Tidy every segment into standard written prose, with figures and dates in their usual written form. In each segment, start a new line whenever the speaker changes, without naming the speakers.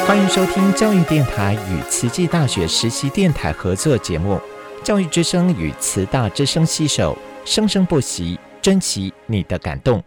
欢迎收听教育电台与慈济大学实习电台合作节目《教育之声》与慈大之声携手，生生不息，珍惜你的感动。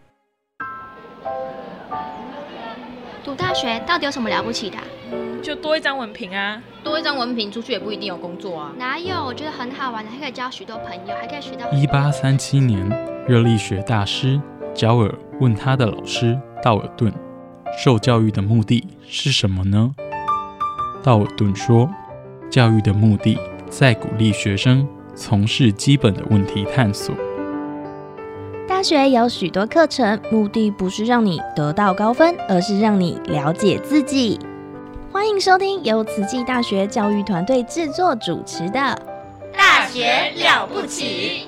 读大学到底有什么了不起的
就多一张文凭啊。
多一张文凭出去也不一定有工作啊。
哪有？我觉得很好玩的，还可以交许多朋友，还可以学到。
1837年，热力学大师焦耳问他的老师道尔顿，受教育的目的是什么呢？道尔顿说，教育的目的在鼓励学生从事基本的问题探索。
大学有许多课程，目的不是让你得到高分，而是让你了解自己。欢迎收听由慈济大学教育团队制作主持的《
大学了不起》。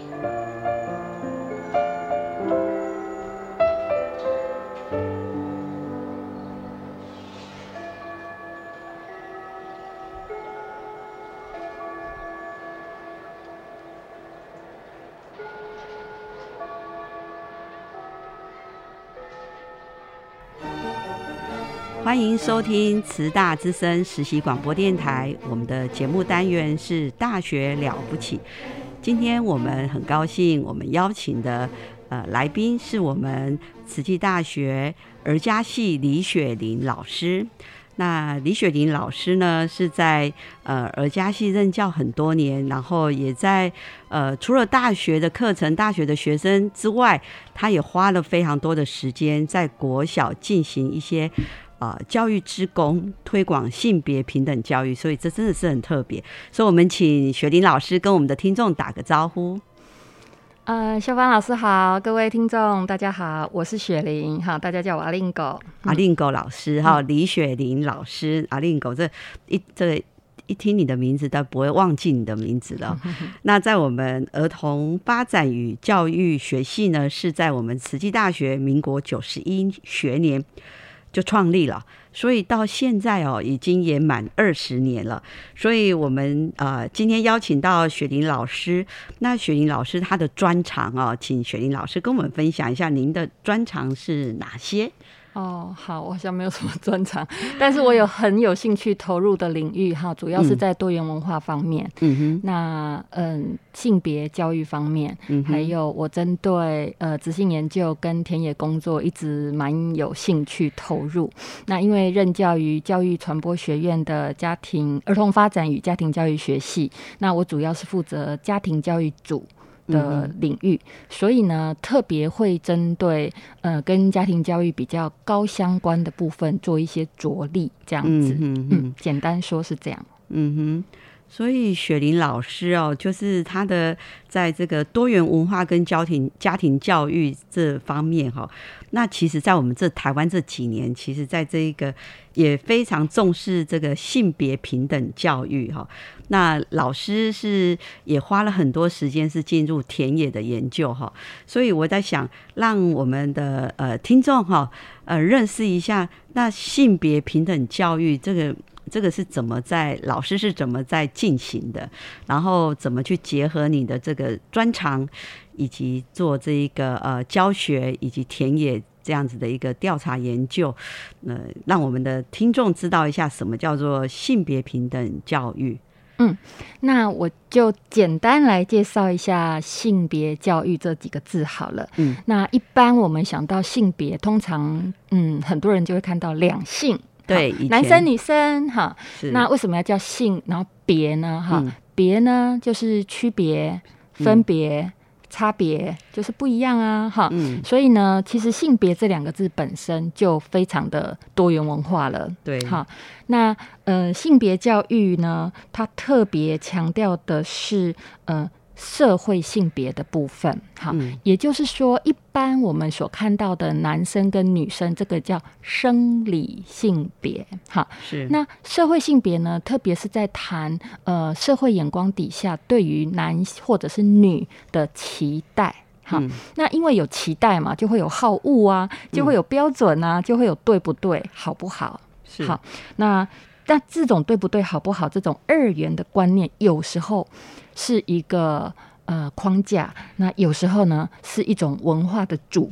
欢迎收听慈大之声实习广播电台，我们的节目单元是大学了不起。今天我们很高兴，我们邀请的来宾是我们慈济大学儿家系李雪玲老师。那李雪玲老师呢，是在儿家系任教很多年，然后也在除了大学的课程、大学的学生之外，他也花了非常多的时间在国小进行一些教育志工，推广性别平等教育，所以这真的是很特别。所以我们请雪玲老师跟我们的听众打个招呼。
秀芳老师好，各位听众大家好，我是雪玲，好，大家叫我阿令狗。
阿令狗老师哈，李雪玲老师，阿令狗，这一听你的名字，都不会忘记你的名字了。那在我们儿童发展与教育学系呢，是在我们慈济大学民国91学年就创立了，所以到现在已经也满20年了。所以我们今天邀请到雪玲老师，那雪玲老师她的专长请雪玲老师跟我们分享一下您的专长是哪些？
好，我好像没有什么专长，但是我有很有兴趣投入的领域哈，主要是在多元文化方面。那性别教育方面，还有我针对质性研究跟田野工作一直蛮有兴趣投入。那因为任教于教育传播学院的儿童发展与家庭教育学系，那我主要是负责家庭教育组的领域，所以呢，特别会针对跟家庭教育比较高相关的部分做一些着力，这样子。简单说是这样。
所以雪玲老师就是他的在这个多元文化跟家庭教育这方面那其实在我们台湾这几年，其实在这一个也非常重视这个性别平等教育那老师是也花了很多时间是进入田野的研究所以我在想让我们的听众认识一下那性别平等教育这个是老师是怎么在进行的，然后怎么去结合你的这个专长，以及做这一个教学以及田野这样子的一个调查研究，让我们的听众知道一下什么叫做性别平等教育。
那我就简单来介绍一下性别教育这几个字好了。那一般我们想到性别，通常很多人就会看到两性。对，男生女生那为什么要叫性？然后别呢？别呢就是区别、分别、差别，就是不一样啊所以呢，其实性别这两个字本身就非常的多元文化了。对，那性别教育呢，它特别强调的是社会性别的部分，也就是说，一般我们所看到的男生跟女生，这个叫生理性别，是。那社会性别呢，特别是在谈社会眼光底下对于男或者是女的期待。那因为有期待嘛，就会有好恶啊，就会有标准啊，就会有对不对、好不好。好，那这种对不对、好不好这种二元的观念，有时候是一个框架，那有时候呢是一种文化的主力，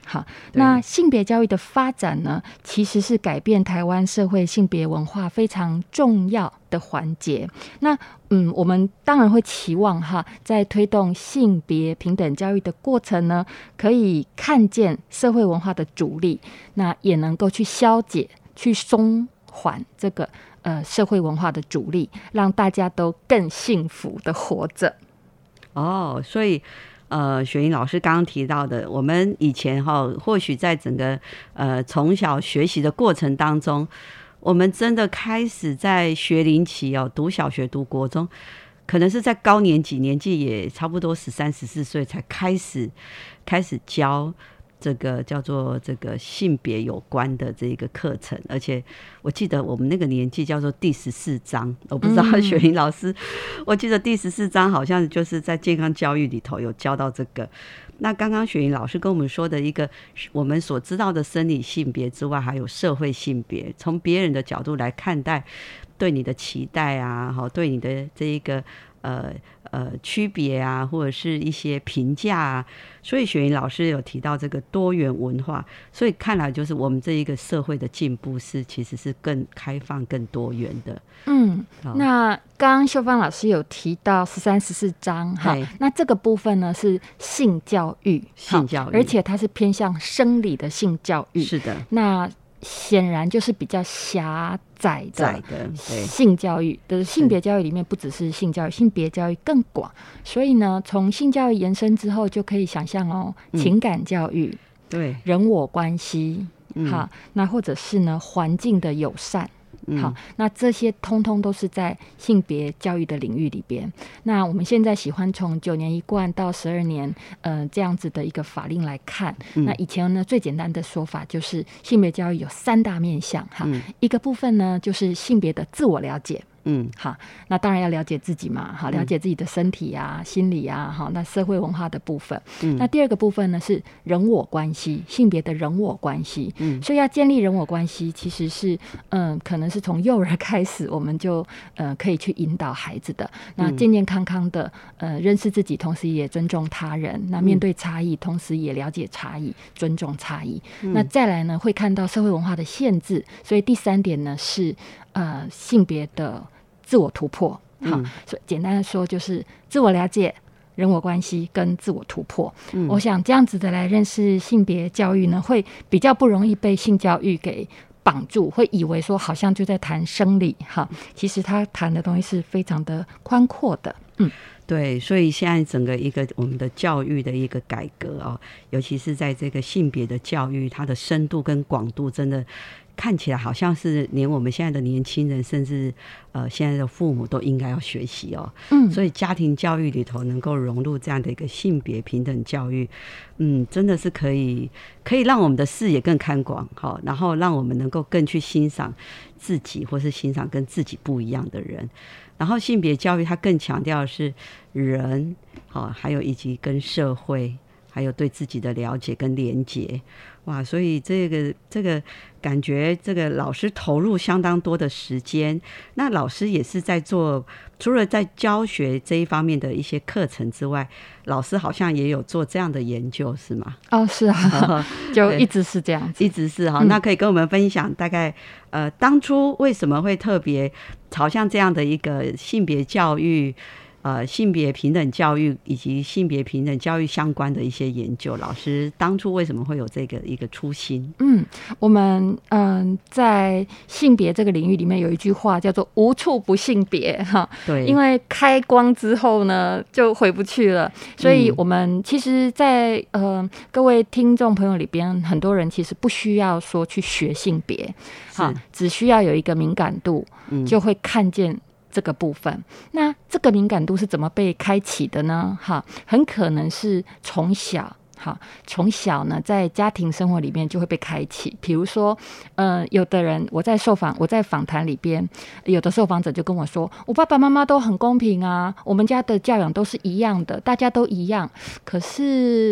好，那性别教育的发展呢，其实是改变台湾社会性别文化非常重要的环节。那我们当然会期望在推动性别平等教育的过程呢，可以看见社会文化的阻力，那也能够去消解、去松缓这个社会文化的阻力，让大家都更幸福的活着。
所以雪莹老师刚刚提到的，我们以前或许在整个从小学习的过程当中，我们真的开始在学龄期读小学读国中，可能是在高年级，年纪也差不多13、14岁才开始教这个叫做这个性别有关的这个课程，而且我记得我们那个年纪叫做第14章，我不知道雪莹老师，我记得第14章好像就是在健康教育里头有教到这个。那刚刚雪莹老师跟我们说的一个我们所知道的生理性别之外，还有社会性别，从别人的角度来看待对你的期待啊，对你的这一个区别啊，或者是一些评价啊，所以雪莹老师有提到这个多元文化，所以看来就是我们这一个社会的进步其实是更开放、更多元的。
那刚刚秀芳老师有提到13、14章那这个部分呢是性教育，而且它是偏向生理的性教育。是的，那显然就是比较狭窄的性教育的性别教育里面，不只是性教育，性别教育更广。所以呢，从性教育延伸之后，就可以想象情感教育，对人我关系，那或者是呢环境的友善。好，那这些通通都是在性别教育的领域里边。那我们现在喜欢从9年一贯到12年这样子的一个法令来看，那以前呢最简单的说法就是性别教育有3大面向一个部分呢就是性别的自我了解。好，那当然要了解自己嘛，好，了解自己的身体啊、心理啊，好，那社会文化的部分。那第二个部分呢是人我关系，性别的人我关系。所以要建立人我关系，其实是可能是从幼儿开始，我们就可以去引导孩子的，那健健康康的认识自己，同时也尊重他人。那面对差异，同时也了解差异，尊重差异。那再来呢，会看到社会文化的限制。所以第3点呢是性别的自我突破。好，所以简单的说就是自我了解、人我关系跟自我突破。我想这样子的来认识性别教育呢，会比较不容易被性教育给绑住，会以为说好像就在谈生理哈，其实他谈的东西是非常的宽阔的。
对，所以现在整个一个我们的教育的一个改革尤其是在这个性别的教育，它的深度跟广度真的看起来好像是连我们现在的年轻人，甚至现在的父母都应该要学习所以家庭教育里头能够融入这样的一个性别平等教育，真的是可以让我们的视野更宽广然后让我们能够更去欣赏自己，或是欣赏跟自己不一样的人。然后性别教育它更强调的是人还有以及跟社会还有对自己的了解跟连结。哇，所以这个感觉这个老师投入相当多的时间。那老师也是在做，除了在教学这一方面的一些课程之外，老师好像也有做这样的研究，是吗？
是啊，就一直是这样子，
一直是那可以跟我们分享大概当初为什么会特别朝向这样的一个性别教育性别平等教育以及性别平等教育相关的一些研究，老师当初为什么会有这个一个初心？
我们在性别这个领域里面有一句话叫做无处不性别对，因为开光之后呢就回不去了，所以我们其实在各位听众朋友里边，很多人其实不需要说去学性别只需要有一个敏感度就会看见这个部分。那这个敏感度是怎么被开启的呢？很可能是从小呢在家庭生活里面就会被开启。比如说有的人我在访谈里边，有的受访者就跟我说，我爸爸妈妈都很公平啊，我们家的教养都是一样的，大家都一样。可是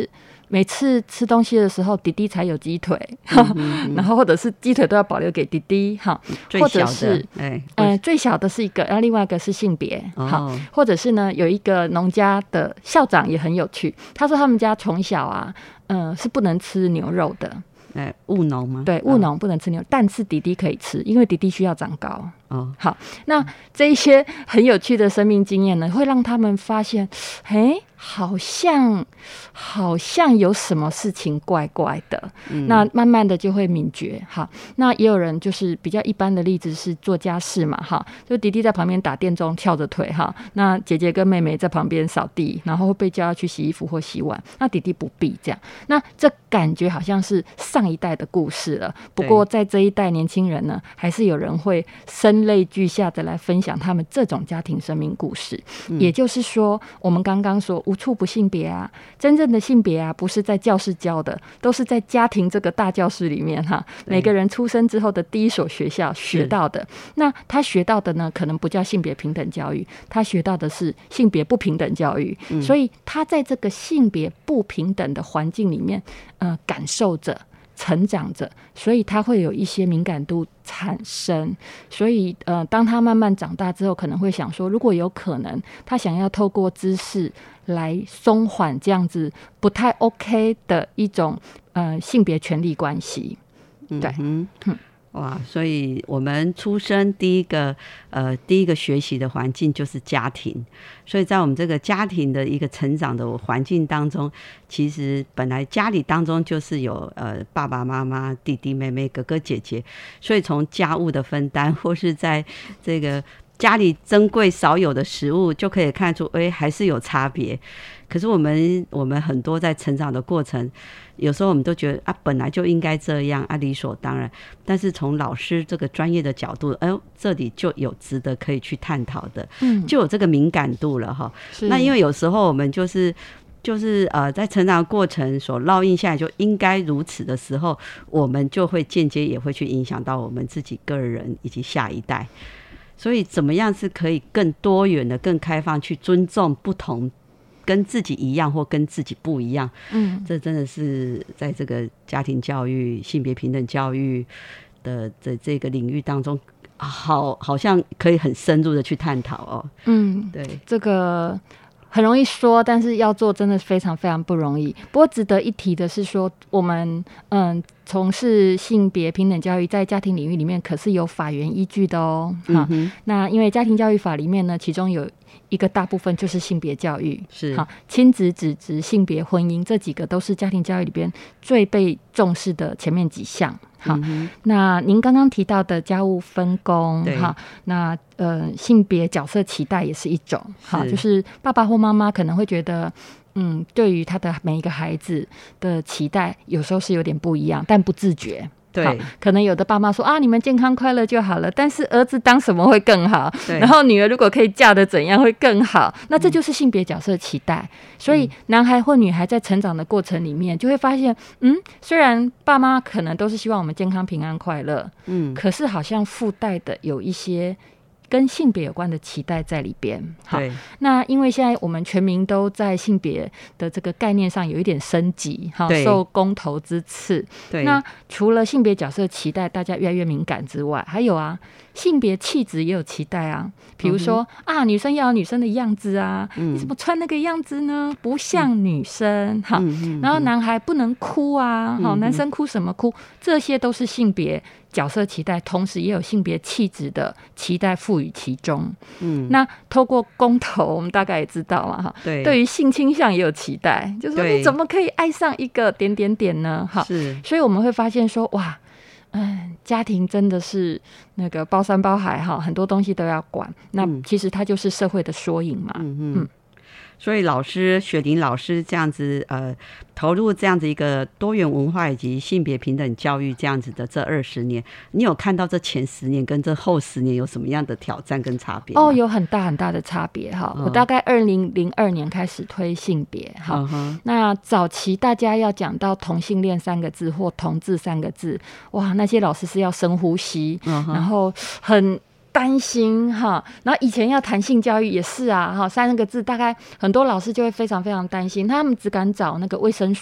每次吃东西的时候弟弟才有鸡腿，然后或者是鸡腿都要保留给弟弟，或者是最小的是一个，然后另外一个是性别，或者是呢有一个农家的校长也很有趣，他说他们家从小啊是不能吃牛肉的。
务农吗？
对，务农不能吃牛，但是弟弟可以吃，因为弟弟需要长高。好，那这一些很有趣的生命经验呢，会让他们发现，好像有什么事情怪怪的。那慢慢的就会敏觉。好，那也有人就是比较一般的例子是做家事嘛，就弟弟在旁边打电钟翘着腿，那姐姐跟妹妹在旁边扫地，然后会被叫要去洗衣服或洗碗，那弟弟不必这样。那这感觉好像是上一代的故事了。不过在这一代年轻人呢，还是有人会声泪俱下的来分享他们这种家庭生命故事。也就是说，我们刚刚说无处不性别啊，真正的性别啊，不是在教室教的，都是在家庭这个大教室里面每个人出生之后的第一所学校学到的。那他学到的呢，可能不叫性别平等教育，他学到的是性别不平等教育。所以他在这个性别不平等的环境里面感受着成长着，所以他会有一些敏感度产生。所以当他慢慢长大之后，可能会想说，如果有可能，他想要透过知识来松缓这样子不太 OK 的一种性别权利关系。对，
哇，所以我们出生第一个学习的环境就是家庭，所以在我们这个家庭的一个成长的环境当中，其实本来家里当中就是有爸爸妈妈、弟弟妹妹、哥哥姐姐，所以从家务的分担，或是在这个家里珍贵少有的食物，就可以看出还是有差别。可是我们很多在成长的过程，有时候我们都觉得本来就应该这样理所当然。但是从老师这个专业的角度，这里就有值得可以去探讨的，就有这个敏感度了哈。那因为有时候我们就是在成长过程所烙印下来就应该如此的时候，我们就会间接也会去影响到我们自己个人以及下一代。所以怎么样是可以更多元的、更开放，去尊重不同，跟自己一样或跟自己不一样。这真的是在这个家庭教育、性别平等教育的这个领域当中，好像可以很深入的去探讨哦。对，
这个很容易说，但是要做真的非常非常不容易。不过值得一提的是说，我们从事性别平等教育在家庭领域里面可是有法源依据的哦。那因为家庭教育法里面呢，其中有一个大部分就是性别教育，
是
亲子、子职、性别、婚姻这几个都是家庭教育里边最被重视的前面几项。那您刚刚提到的家务分工，那性别角色期待也是一种，就是爸爸或妈妈可能会觉得对于他的每一个孩子的期待有时候是有点不一样，但不自觉。
对，
可能有的爸妈说你们健康快乐就好了，但是儿子当什么会更好，然后女儿如果可以嫁得怎样会更好，那这就是性别角色期待。所以男孩或女孩在成长的过程里面就会发现虽然爸妈可能都是希望我们健康平安快乐，可是好像附带的有一些跟性别有关的期待在里边。好，那因为现在我们全民都在性别的这个概念上有一点升级，受公投之赐。那除了性别角色期待大家越来越敏感之外，还有性别气质也有期待啊。比如说女生要有女生的样子啊，你怎么穿那个样子呢？不像女生。然后男孩不能哭啊，男生哭什么哭？这些都是性别角色期待，同时也有性别气质的期待赋予其中。那透过公投，我们大概也知道嘛，对于性倾向也有期待，就是说你怎么可以爱上一个点点点呢？所以我们会发现说，哇，家庭真的是那个包山包海，很多东西都要管。那其实它就是社会的缩影嘛。
所以雪玲老师这样子投入这样子一个多元文化以及性别平等教育这样子的这20年，你有看到这前10年跟这后10年有什么样的挑战跟差别？
有很大很大的差别。我大概2002年开始推性别。那早期大家要讲到同性恋3个字或同志3个字，哇，那些老师是要深呼吸，然后很担心然后以前要谈性教育也是3个字，大概很多老师就会非常非常担心，他们只敢找那个卫生所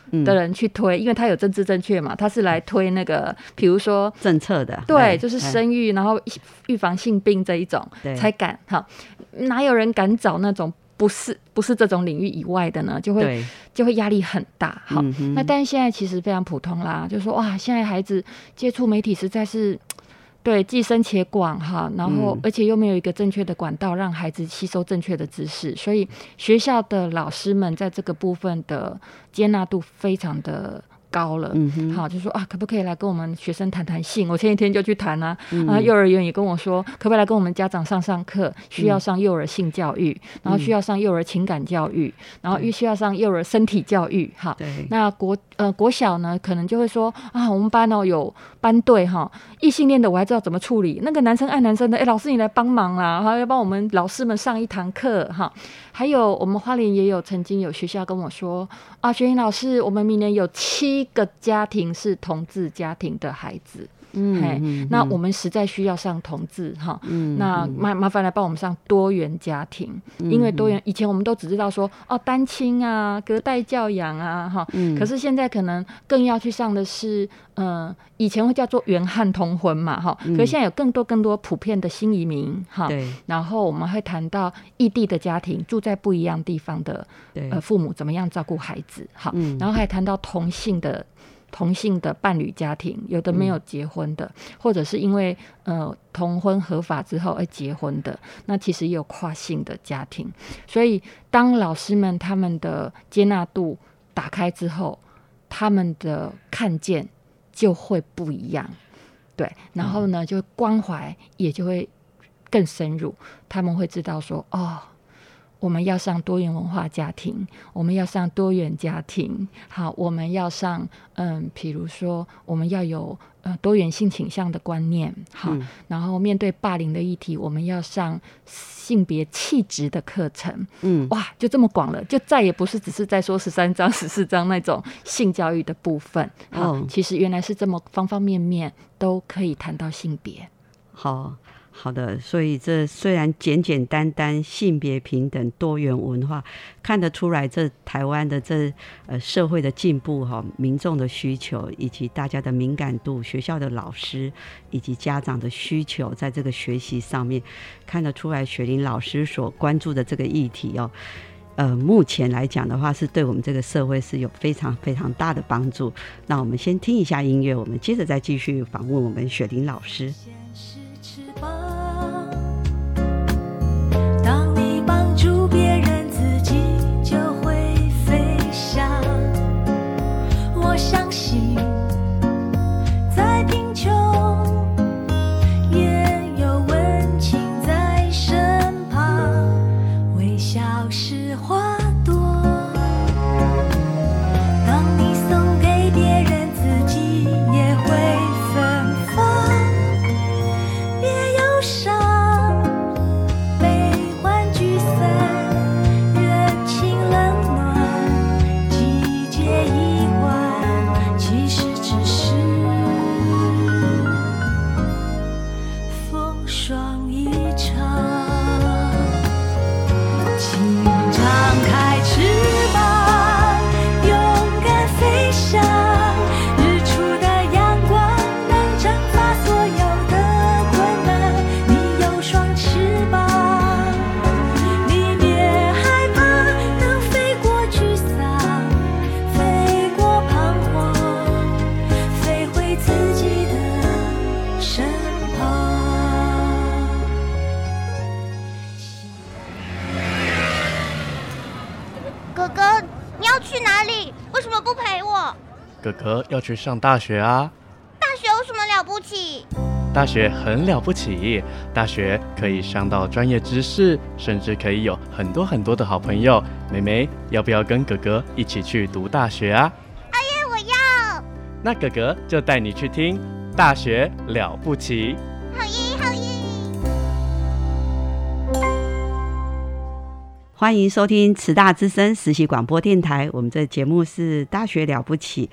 的人去推，因为他有政治正确嘛，他是来推那个比如说
政策的，
对，就是生育然后预防性病这一种才敢，哪有人敢找那种不是这种领域以外的呢？就会压力很大。好，那但是现在其实非常普通啦，就是说哇，现在孩子接触媒体实在是对既深且广哈，然后而且又没有一个正确的管道让孩子吸收正确的知识，所以学校的老师们在这个部分的接纳度非常的高了。好，就说啊，可不可以来跟我们学生谈谈性？我前几天就去谈啊，幼儿园也跟我说，可不可以来跟我们家长上课？需要上幼儿性教育，然后需要上幼儿情感教育，然后需要上幼儿身体教育。哈，那国小呢，可能就会说啊，我们班有班队哈，异性恋的我还知道怎么处理，那个男生爱男生的，老师你来帮忙啦，要帮我们老师们上一堂课哈。还有我们花莲也有曾经有学校跟我说啊，雪玲老师，我们明年有7个家庭是同志家庭的孩子。那我们实在需要上同志哈，那麻烦来帮我们上多元家庭，因为多元以前我们都只知道说单亲啊、隔代教养啊哈，可是现在可能更要去上的是以前会叫做原汉同婚嘛哈，可是现在有更多普遍的新移民哈，然后我们会谈到异地的家庭住在不一样地方的父母怎么样照顾孩子哈，然后还谈到同性的伴侣家庭，有的没有结婚的，或者是因为同婚合法之后而结婚的，那其实也有跨性的家庭。所以当老师们他们的接纳度打开之后，他们的看见就会不一样，对，然后呢，就关怀也就会更深入，他们会知道说我们要上多元文化家庭，我们要上多元家庭，好，我们要上比如说我们要有多元性倾向的观念，好，然后面对霸凌的议题，我们要上性别气质的课程，哇，就这么广了，就再也不是只是在说13章14章那种性教育的部分，好，其实原来是这么方方面面都可以谈到性别。
好的，所以这虽然简简单单性别平等多元文化，看得出来这台湾的社会的进步民众的需求以及大家的敏感度，学校的老师以及家长的需求，在这个学习上面看得出来，雪玲老师所关注的这个议题目前来讲的话，是对我们这个社会是有非常非常大的帮助。那我们先听一下音乐，我们接着再继续访问我们雪玲老师。
当你帮助别人，自己就会飞翔。我相信在贫穷也有温情在身旁，微笑是花朵。当你送给别人，自己也会芬芳。别忧伤，
哥哥要去上大学啊！
大学有什么了不起？
大学很了不起，大学可以上到专业知识，甚至可以有很多的好朋友。妹妹，要不要跟哥哥一起去读大学啊？
哎呀，我要！
那哥哥就带你去听《大学了不起》。
好耶，好耶！
欢迎收听慈大之声实习广播电台，我们这节目是大学了不起。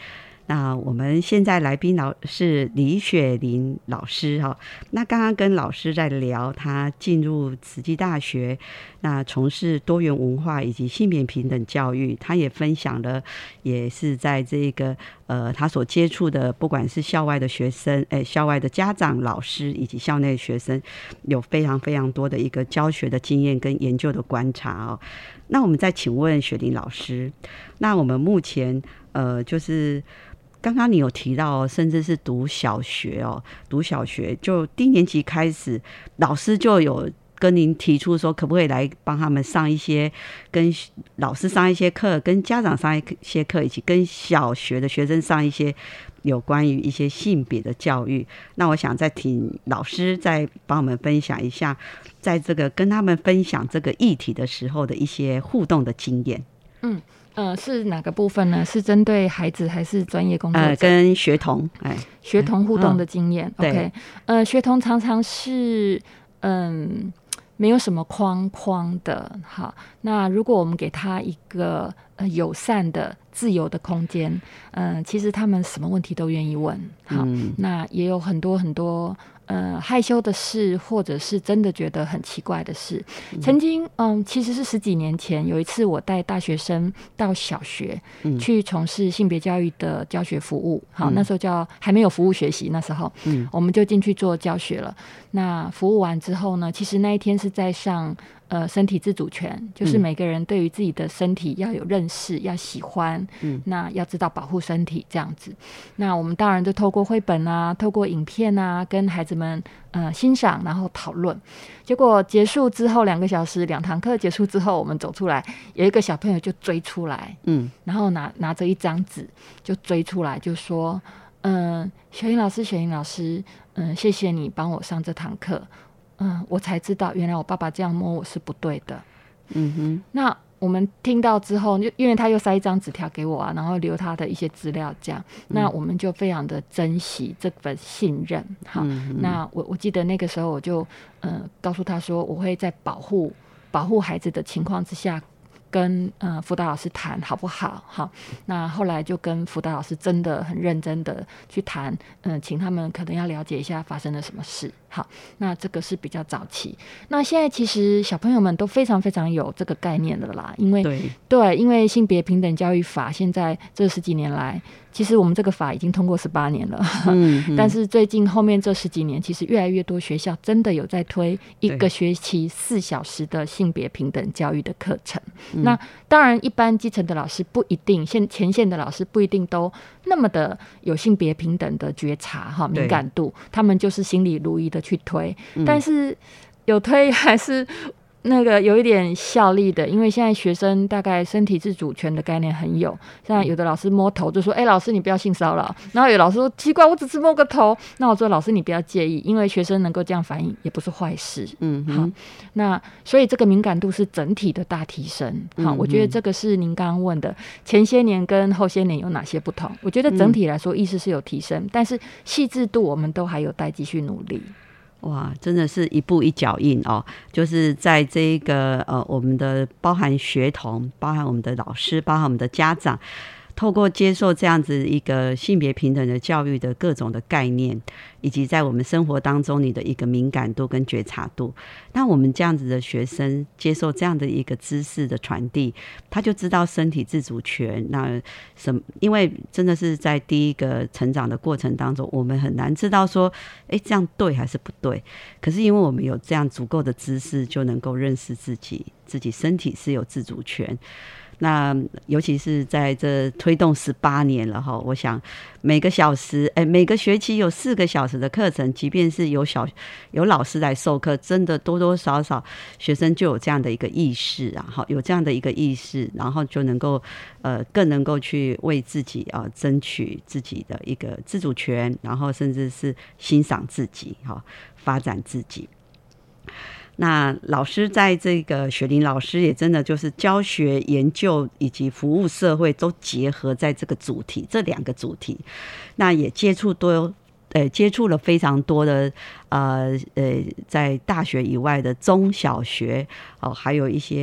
那我们现在来宾是李雪琳老师哈。那刚刚跟老师在聊，他进入慈济大学，那从事多元文化以及性别平等教育，他也分享了，也是在这个他所接触的，不管是校外的学生、校外的家长、老师以及校内的学生，有非常非常多的一个教学的经验跟研究的观察哦。那我们再请问雪琳老师，那我们目前就是刚刚你有提到，甚至是读小学就低年级开始，老师就有跟您提出说，可不可以来帮他们上一些，跟老师上一些课，跟家长上一些课，以及跟小学的学生上一些有关于一些性别的教育。那我想再请老师再帮我们分享一下，在这个跟他们分享这个议题的时候的一些互动的经验。
是哪个部分呢？是针对孩子还是专业工作者？
跟学童，
学童互动的经验。
OK，
学童常常是没有什么框框的。好，那如果我们给他一个友善的、自由的空间，其实他们什么问题都愿意问。好，那也有很多很多害羞的事，或者是真的觉得很奇怪的事。曾经其实是10几年前，有一次我带大学生到小学去从事性别教育的教学服务。好，那时候还没有服务学习，那时候我们就进去做教学了。那服务完之后呢，其实那一天是在上身体自主权，就是每个人对于自己的身体要有认识，要喜欢，那要知道保护身体这样子。那我们当然就透过绘本啊，透过影片啊，跟孩子们欣赏，然后讨论。结果结束之后2个小时，2堂课结束之后，我们走出来，有一个小朋友就追出来，然后拿着一张纸就追出来，就说雪琳老师，谢谢你帮我上这堂课。我才知道原来我爸爸这样摸我是不对的。那我们听到之后，因为他又塞一张纸条给我啊，然后留他的一些资料这样，那我们就非常的珍惜这份信任。好，那我记得那个时候我就告诉他说，我会在保护孩子的情况之下，跟辅导老师谈好不好？好，那后来就跟辅导老师真的很认真的去谈，请他们可能要了解一下发生了什么事。好，那这个是比较早期。那现在其实小朋友们都非常非常有这个概念的啦，因为因为性别平等教育法现在这10几年来，其实我们这个法已经通过18年了，但是最近后面这10几年，其实越来越多学校真的有在推一个学期4小时的性别平等教育的课程。那当然，一般基层的老师不一定，前线的老师不一定都那么的有性别平等的觉察敏感度，他们就是心里如意的去推，但是有推还是那个有一点效力的，因为现在学生大概身体自主权的概念很有，像有的老师摸头就说老师你不要性骚扰，然后有老师说奇怪我只是摸个头，那我说老师你不要介意，因为学生能够这样反应也不是坏事。好，那所以这个敏感度是整体的大提升。好，我觉得这个是您刚刚问的前些年跟后些年有哪些不同，我觉得整体来说意识是有提升，但是细致度我们都还有待继续努力。
哇，真的是一步一脚印哦！就是在这个我们的包含学童、包含我们的老师、包含我们的家长，透过接受这样子一个性别平等的教育的各种的概念，以及在我们生活当中你的一个敏感度跟觉察度，那我们这样子的学生接受这样的一个知识的传递，他就知道身体自主权。那因为真的是在第一个成长的过程当中，我们很难知道说这样对还是不对，可是因为我们有这样足够的知识，就能够认识自己身体是有自主权。那尤其是在这推动18年了哈，我想每个学期有4个小时的课程，即便是有老师来授课，真的多多少少学生就有这样的一个意识啊，有这样的一个意识，然后就能够更能够去为自己争取自己的一个自主权，然后甚至是欣赏自己发展自己。那老师在这个雪琳老师也真的就是教学研究以及服务社会都结合在这个主题，这2个主题，那也接触了非常多的在大学以外的中小学还有一些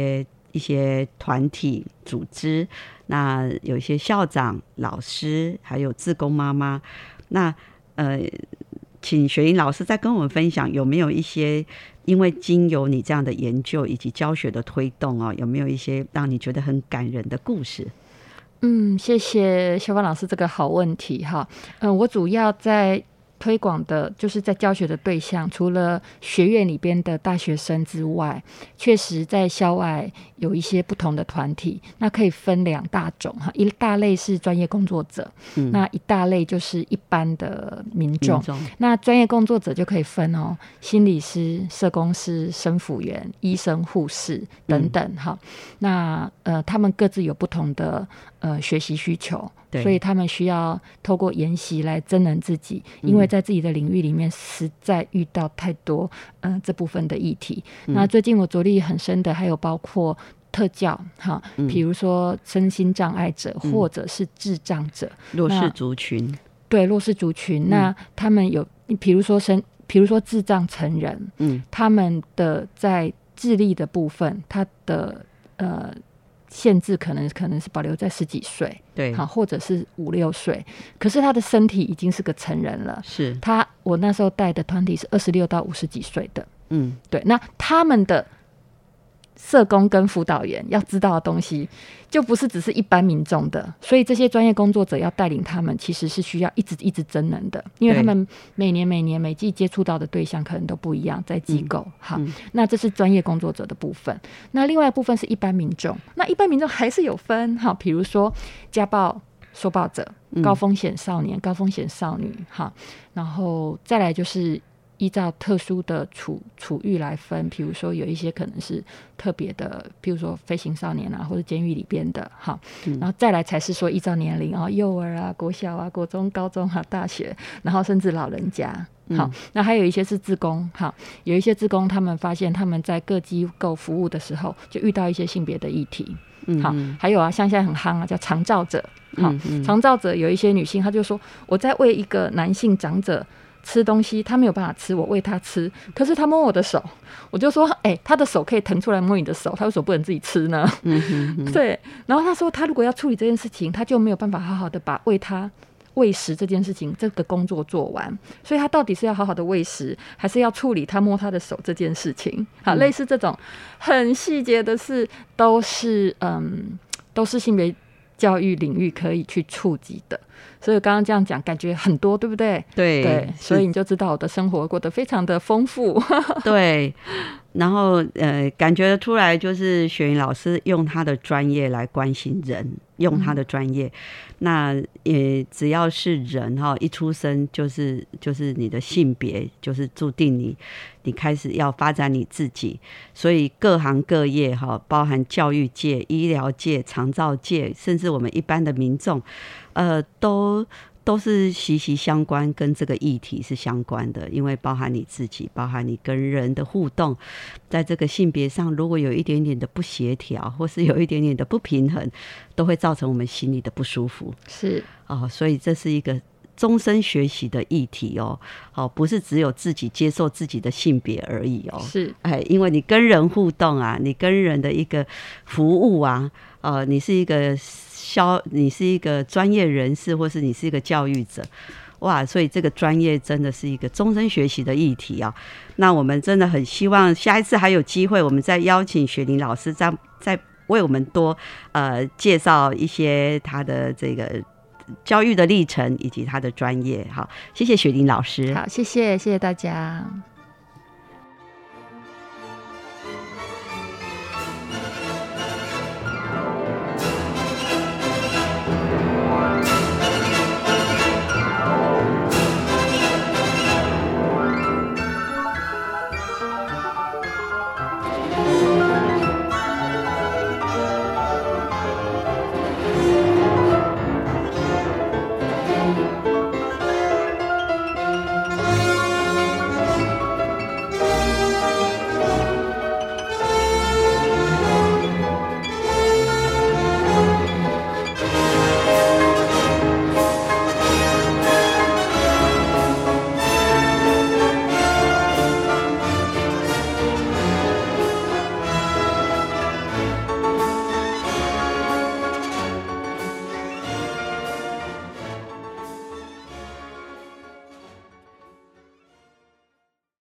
一些团体组织，那有一些校长、老师，还有志工妈妈。那请雪玲老师再跟我们分享，有没有一些因为经由你这样的研究以及教学的推动哦，有没有一些让你觉得很感人的故事？
谢谢小芳老师这个好问题哈。我主要在推广的就是在教学的对象，除了学院里边的大学生之外，确实在校外有一些不同的团体，那可以分2大种哈，一大类是专业工作者，那一大类就是一般的民众。那专业工作者就可以分心理师、社工师、生辅员、医生、护士等等哈。那他们各自有不同的学习需求，所以他们需要透过研习来增能自己，因为在自己的领域里面实在遇到太多这部分的议题。那最近我着力很深的还有包括特教哈，比如说身心障碍者或者是智障者，
弱势族群。
对，弱势族群，那他们有比如说智障成人，他们的在智力的部分，他的限制可能是保留在10几岁，对，好，或者是5、6岁，可是他的身体已经是个成人了。是我那时候带的团体是26到50几岁的，对，那他们的社工跟辅导员要知道的东西就不是只是一般民众的，所以这些专业工作者要带领他们其实是需要一直增能的，因为他们每年每季接触到的对象可能都不一样，在机构。好，那这是专业工作者的部分。那另外一部分是一般民众，那一般民众还是有分，好，比如说家暴受暴者、高风险少年、高风险少女，好，然后再来就是依照特殊的处遇来分，比如说有一些可能是特别的，比如说飞行少年啊，或者监狱里边的，好，然后再来才是说依照年龄幼儿啊、国小啊、国中、高中啊、大学，然后甚至老人家。好，那还有一些是志工，好，有一些志工他们发现他们在各机构服务的时候就遇到一些性别的议题，好，还有像现在很夯叫长照者，好，长照者有一些女性，她就说我在为一个男性长者吃东西，他没有办法吃，我喂他吃，可是他摸我的手，我就说他的手可以腾出来摸你的手，他为什么不能自己吃呢？对，然后他说他如果要处理这件事情，他就没有办法好好的把喂食这件事情这个工作做完，所以他到底是要好好的喂食，还是要处理他摸他的手这件事情？好，类似这种很细节的事，都是性别教育领域可以去触及的。所以刚刚这样讲感觉很多，对不对？对，所以你就知道我的生活过得非常的丰富。对，
然后感觉出来就是雪玲老师用他的专业来关心人，用他的专业，那也只要是人一出生就是你的性别就是注定你开始要发展你自己，所以各行各业包含教育界、医疗界、长照界，甚至我们一般的民众都是息息相关，跟这个议题是相关的，因为包含你自己，包含你跟人的互动，在这个性别上如果有一点点的不协调，或是有一点点的不平衡，都会造成我们心里的不舒服。是所以这是一个终身学习的议题不是只有自己接受自己的性别而已是因为你跟人互动啊，你跟人的一个服务啊，你是一个专业人士，或是你是一个教育者，哇，所以这个专业真的是一个终身学习的议题啊。那我们真的很希望下一次还有机会，我们再邀请雪玲老师再为我们多介绍一些他的这个教育的历程以及他的专业。好，谢谢雪玲老师。
好，谢谢大家。